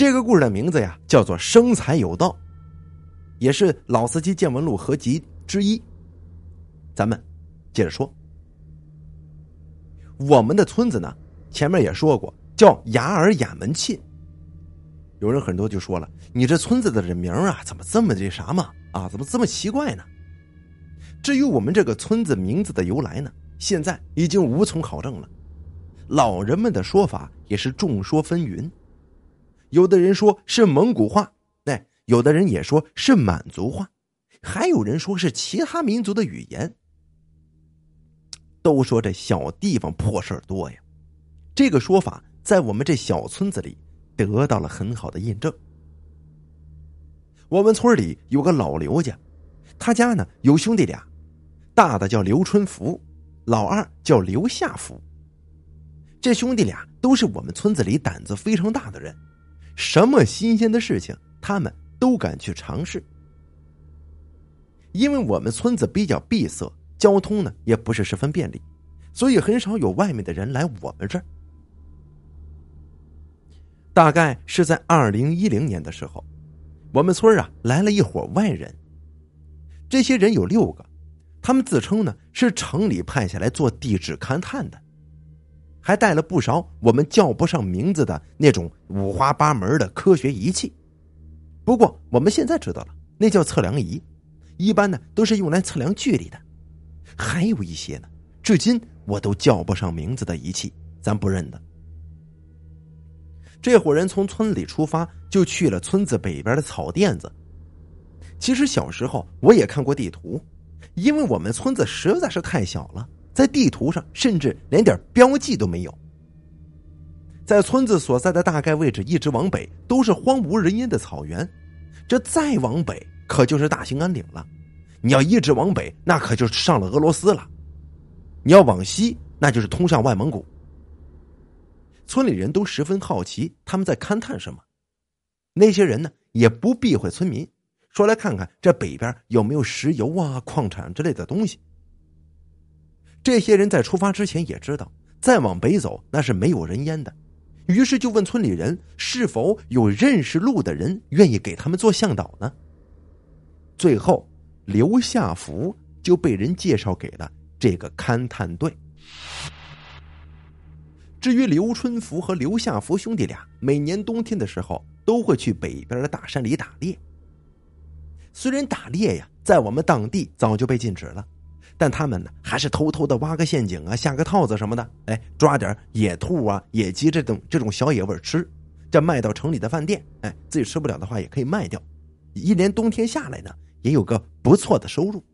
这个故事的名字呀叫做生财有道，也是老司机见闻录合集之一。咱们接着说，我们的村子呢前面也说过叫雅尔雅门沁。有人很多就说了，你这村子的这名啊怎么这么这啥嘛啊，怎么这么奇怪呢？至于我们这个村子名字的由来呢，现在已经无从考证了。老人们的说法也是众说纷纭，有的人说是蒙古话，有的人也说是满族话，还有人说是其他民族的语言。都说这小地方破事多呀，这个说法在我们这小村子里得到了很好的印证。我们村里有个老刘家，他家呢有兄弟俩，大的叫刘春福，老二叫刘夏福。这兄弟俩都是我们村子里胆子非常大的人，什么新鲜的事情他们都敢去尝试。因为我们村子比较闭塞，交通呢也不是十分便利，所以很少有外面的人来我们这儿。大概是在2010年的时候，我们村来了一伙外人。这些人有6个，他们自称呢是城里派下来做地质勘探的，还带了不少我们叫不上名字的那种五花八门的科学仪器。不过我们现在知道了，那叫测量仪，一般呢都是用来测量距离的。还有一些呢，至今我都叫不上名字的仪器，咱不认得。这伙人从村里出发，就去了村子北边的草甸子。其实小时候我也看过地图，因为我们村子实在是太小了，在地图上甚至连点标记都没有。在村子所在的大概位置一直往北都是荒无人烟的草原，这再往北可就是大兴安岭了。你要一直往北，那可就上了俄罗斯了。你要往西，那就是通向外蒙古。村里人都十分好奇他们在勘探什么，那些人呢也不避讳村民，说来看看这北边有没有石油啊、矿产之类的东西。这些人在出发之前也知道再往北走那是没有人烟的，于是就问村里人是否有认识路的人愿意给他们做向导呢。最后刘夏福就被人介绍给了这个勘探队。至于刘春福和刘夏福兄弟俩，每年冬天的时候都会去北边的大山里打猎。虽然打猎呀在我们当地早就被禁止了，但他们呢还是偷偷的挖个陷阱啊，下个套子什么的，抓点野兔啊、野鸡这种小野味吃，这卖到城里的饭店，自己吃不了的话也可以卖掉，一年冬天下来呢也有个不错的收入。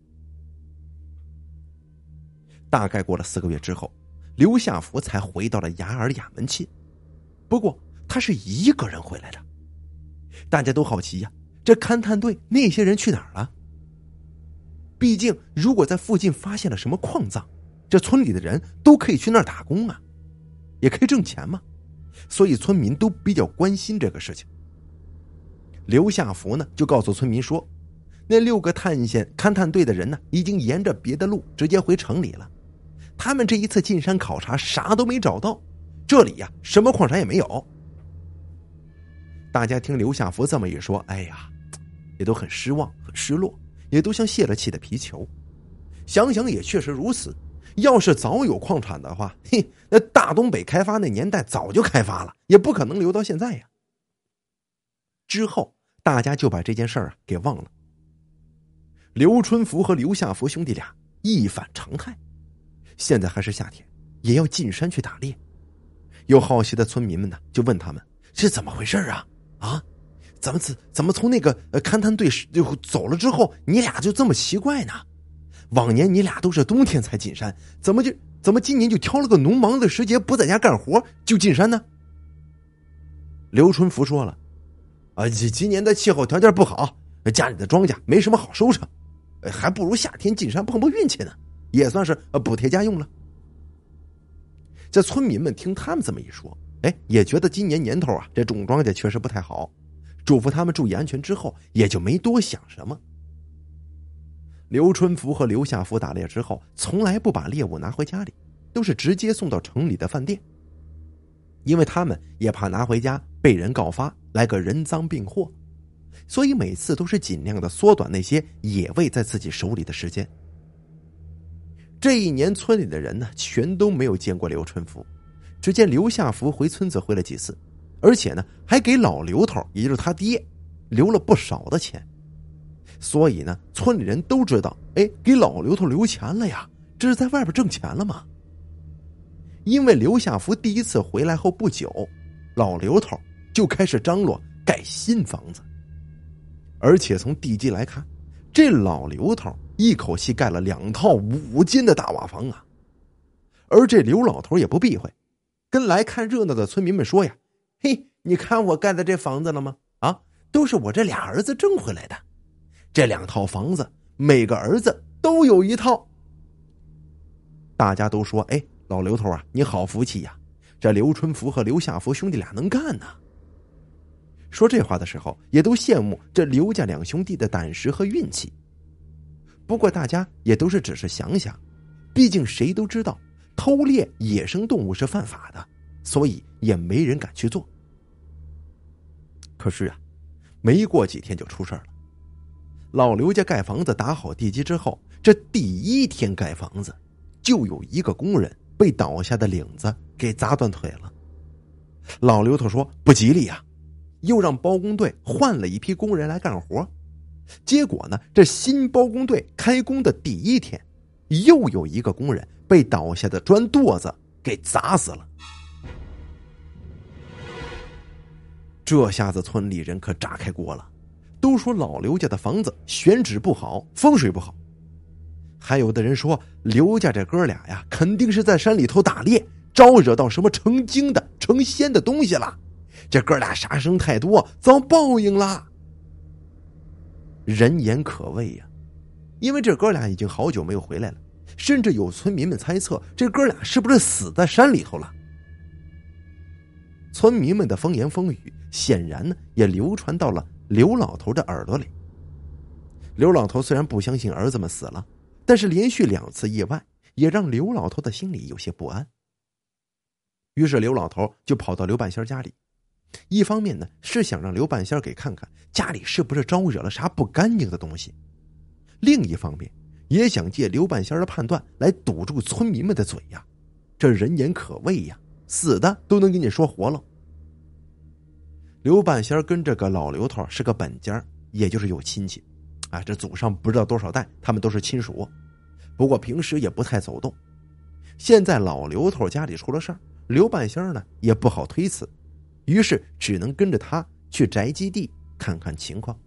大概过了4个月之后，刘夏福才回到了雅尔雅门沁，不过他是一个人回来的。大家都好奇呀，这勘探队那些人去哪儿了？毕竟如果在附近发现了什么矿藏，这村里的人都可以去那儿打工啊，也可以挣钱嘛，所以村民都比较关心这个事情。刘夏福呢就告诉村民说，那6个勘探队的人呢已经沿着别的路直接回城里了，他们这一次进山考察啥都没找到，这里呀什么矿产也没有。大家听刘夏福这么一说，也都很失望很失落，也都像泄了气的皮球。想想也确实如此，要是早有矿产的话，那大东北开发那年代早就开发了，也不可能留到现在呀。之后大家就把这件事儿给忘了。刘春福和刘夏福兄弟俩一反常态，现在还是夏天，也要进山去打猎。有好奇的村民们呢就问他们是怎么回事啊？怎么从那个勘探队走了之后，你俩就这么奇怪呢？往年你俩都是冬天才进山，怎么今年就挑了个农忙的时节不在家干活就进山呢？刘春福说了，今年的气候条件不好，家里的庄稼没什么好收成，还不如夏天进山碰碰运气呢，也算是补贴家用了。这村民们听他们这么一说，也觉得今年年头这种庄稼确实不太好，嘱咐他们注意安全之后，也就没多想什么。刘春福和刘夏福打猎之后，从来不把猎物拿回家里，都是直接送到城里的饭店，因为他们也怕拿回家被人告发， 来个人赃并获，所以每次都是尽量的缩短那些野味在自己手里的时间。这一年村里的人呢，全都没有见过刘春福，只见刘下福回村子回了几次，而且呢还给老刘头，也就是他爹，留了不少的钱。所以呢村里人都知道，给老刘头留钱了呀，这是在外边挣钱了吗？因为刘下福第一次回来后不久，老刘头就开始张罗盖新房子，而且从地基来看，这老刘头一口气盖了2套5间的大瓦房啊。而这刘老头也不避讳，跟来看热闹的村民们说呀，嘿，你看我盖的这房子了吗？啊，都是我这俩儿子挣回来的，这2套房子每个儿子都有1套。大家都说，老刘头啊，你好福气呀，这刘春福和刘下福兄弟俩能干呢。说这话的时候也都羡慕这刘家2兄弟的胆识和运气。不过大家也都是只是想想，毕竟谁都知道偷猎野生动物是犯法的，所以也没人敢去做。可是啊，没过几天就出事了。老刘家盖房子打好地基之后，这第1天盖房子，就有一个工人被倒下的领子给砸断腿了。老刘头说不吉利呀，又让包工队换了一批工人来干活。结果呢，这新包工队开工的第1天，又有一个工人被倒下的砖垛子给砸死了。这下子村里人可炸开锅了，都说老刘家的房子选址不好，风水不好。还有的人说刘家这哥俩呀，肯定是在山里头打猎，招惹到什么成精的成仙的东西了，这哥俩杀生太多，遭报应了。人言可畏呀，因为这哥俩已经好久没有回来了，甚至有村民们猜测这哥俩是不是死在山里头了。村民们的风言风语显然呢也流传到了刘老头的耳朵里。刘老头虽然不相信儿子们死了，但是连续2次意外也让刘老头的心里有些不安。于是刘老头就跑到刘半仙家里，一方面呢是想让刘半仙给看看家里是不是招惹了啥不干净的东西，另一方面也想借刘半仙的判断来堵住村民们的嘴呀，这人言可畏呀，死的都能给你说活了。刘半仙跟这个老刘头是个本家，也就是有亲戚啊，这祖上不知道多少代，他们都是亲属，不过平时也不太走动。现在老刘头家里出了事儿，刘半仙呢也不好推辞，于是只能跟着他去宅基地看看情况。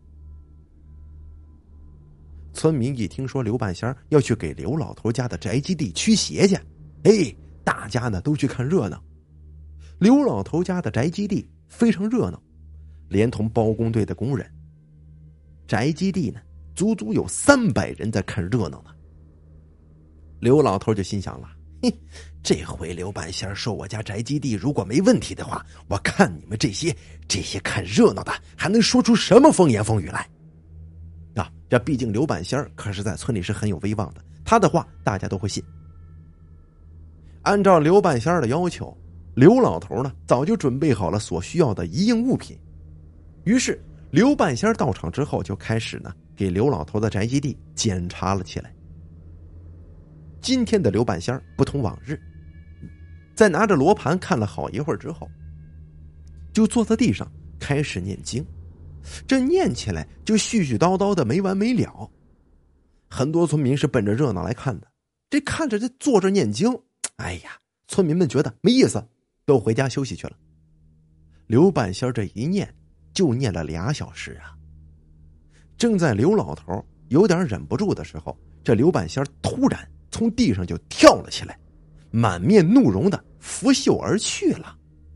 村民一听说刘半仙要去给刘老头家的宅基地驱邪去，大家呢都去看热闹。刘老头家的宅基地非常热闹，连同包工队的工人，宅基地呢足足有300人在看热闹呢。刘老头就心想了，这回刘半仙说我家宅基地如果没问题的话，我看你们这些看热闹的还能说出什么风言风语来啊！这毕竟刘半仙可是在村里是很有威望的，他的话大家都会信。按照刘半仙的要求，刘老头呢早就准备好了所需要的一应物品。于是刘半仙到场之后，就开始呢给刘老头的宅基地检查了起来。今天的刘半仙不同往日，在拿着罗盘看了好一会儿之后，就坐在地上开始念经。这念起来就絮絮叨叨的没完没了。很多村民是奔着热闹来看的，这看着这坐着念经，村民们觉得没意思，都回家休息去了。刘半仙这一念就念了2小时啊！正在刘老头有点忍不住的时候，这刘半仙突然从地上就跳了起来，满面怒容的拂袖而去了。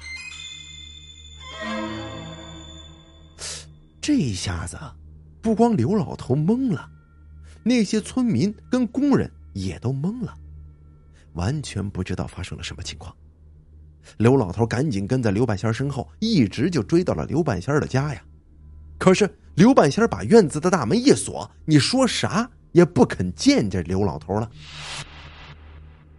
这一下子不光刘老头懵了，那些村民跟工人也都懵了，完全不知道发生了什么情况。刘老头赶紧跟在刘半仙身后，一直就追到了刘半仙的家呀。可是刘半仙把院子的大门一锁，你说啥也不肯见这刘老头了。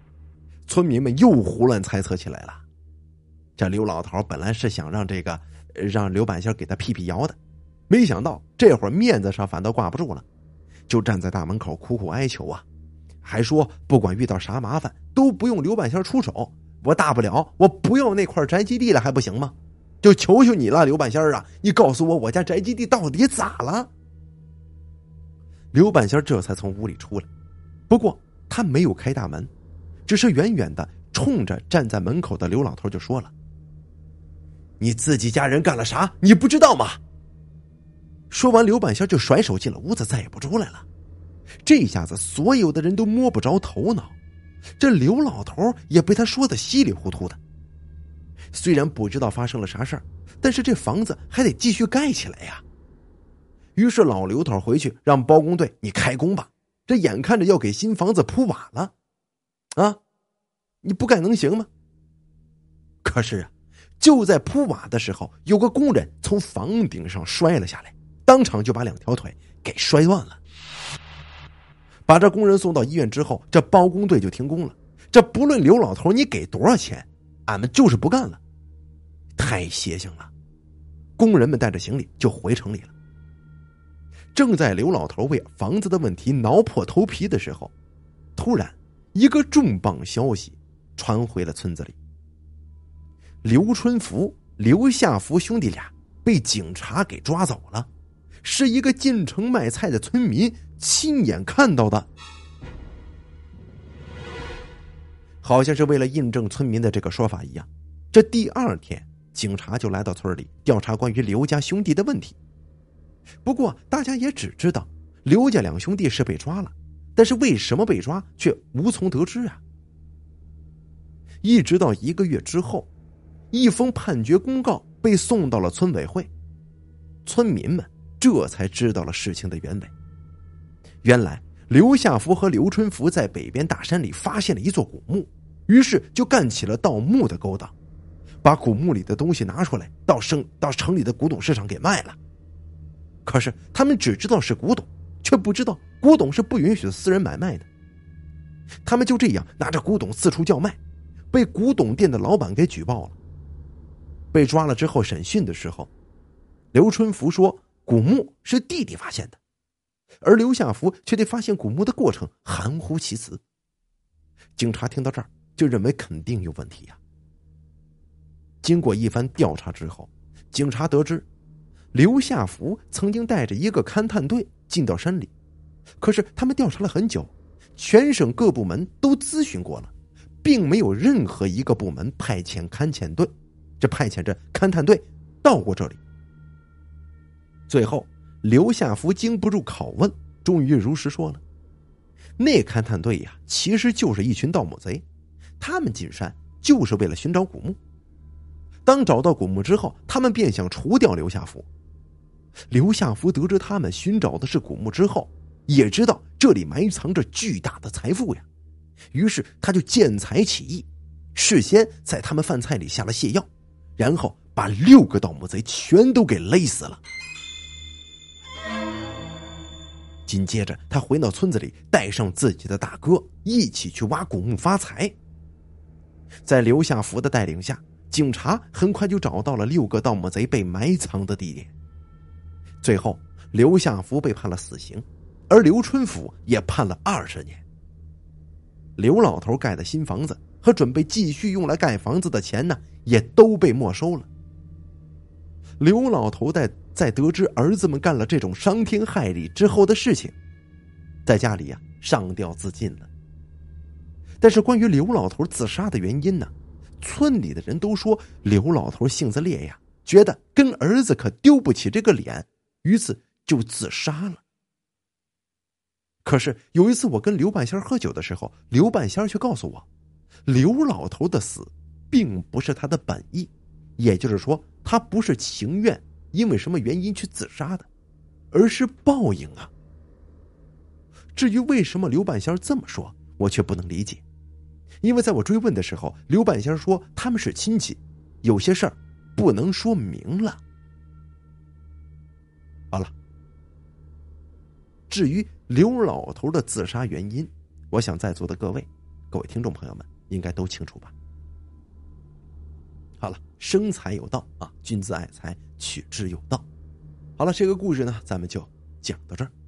村民们又胡乱猜测起来了。这刘老头本来是想让这个让刘半仙给他辟辟谣的。没想到这会儿面子上反倒挂不住了，就站在大门口苦苦哀求啊，还说不管遇到啥麻烦都不用刘半仙出手，我大不了我不要那块宅基地了还不行吗？就求求你了，刘半仙啊，你告诉我家宅基地到底咋了？刘半仙这才从屋里出来，不过他没有开大门，只是远远的冲着站在门口的刘老头就说了：“你自己家人干了啥你不知道吗？”说完，刘半仙就甩手进了屋子，再也不出来了。这下子所有的人都摸不着头脑，这刘老头也被他说得稀里糊涂的。虽然不知道发生了啥事儿，但是这房子还得继续盖起来呀。于是老刘头回去让包工队你开工吧，这眼看着要给新房子铺瓦了啊，你不盖能行吗？可是啊，就在铺瓦的时候，有个工人从房顶上摔了下来，当场就把2条腿给摔断了。把这工人送到医院之后，这包工队就停工了。这不论刘老头你给多少钱，俺们就是不干了。太邪性了。工人们带着行李就回城里了。正在刘老头为房子的问题挠破头皮的时候，突然一个重磅消息传回了村子里。刘春福、刘夏福兄弟俩被警察给抓走了，是一个进城卖菜的村民亲眼看到的。好像是为了印证村民的这个说法一样，这第2天警察就来到村里调查关于刘家兄弟的问题。不过大家也只知道刘家2兄弟是被抓了，但是为什么被抓却无从得知啊。一直到1个月之后，一封判决公告被送到了村委会，村民们这才知道了事情的原委。原来刘夏福和刘春福在北边大山里发现了一座古墓，于是就干起了盗墓的勾当，把古墓里的东西拿出来到城里的古董市场给卖了。可是他们只知道是古董，却不知道古董是不允许私人买卖的。他们就这样拿着古董四处叫卖，被古董店的老板给举报了。被抓了之后审讯的时候，刘春福说古墓是弟弟发现的，而刘夏福却对发现古墓的过程含糊其辞。警察听到这儿就认为肯定有问题呀。经过一番调查之后，警察得知刘夏福曾经带着一个勘探队进到山里，可是他们调查了很久，全省各部门都咨询过了，并没有任何一个部门派遣勘探队到过这里。最后刘夏福经不住拷问，终于如实说了，那勘探队呀，其实就是一群盗墓贼，他们进山就是为了寻找古墓。当找到古墓之后，他们便想除掉刘夏福。刘夏福得知他们寻找的是古墓之后，也知道这里埋藏着巨大的财富呀，于是他就见财起意，事先在他们饭菜里下了泻药，然后把6个盗墓贼全都给勒死了。紧接着他回到村子里，带上自己的大哥一起去挖古墓发财。在刘夏福的带领下，警察很快就找到了6个盗墓贼被埋藏的地点。最后刘夏福被判了死刑，而刘春福也判了20年。刘老头盖的新房子和准备继续用来盖房子的钱呢，也都被没收了。刘老头在得知儿子们干了这种伤天害理之后的事情，在家里上吊自尽了。但是关于刘老头自杀的原因呢，村里的人都说刘老头性子烈呀，觉得跟儿子可丢不起这个脸，于是就自杀了。可是有一次我跟刘半仙喝酒的时候，刘半仙却告诉我，刘老头的死并不是他的本意，也就是说他不是情愿因为什么原因去自杀的，而是报应啊。至于为什么刘半仙这么说，我却不能理解，因为在我追问的时候，刘半仙说他们是亲戚，有些事儿不能说明了。好了，至于刘老头的自杀原因，我想在座的各位听众朋友们应该都清楚吧。好了， 生财有道啊，君子爱财，取之有道。好了，这个故事呢，咱们就讲到这儿。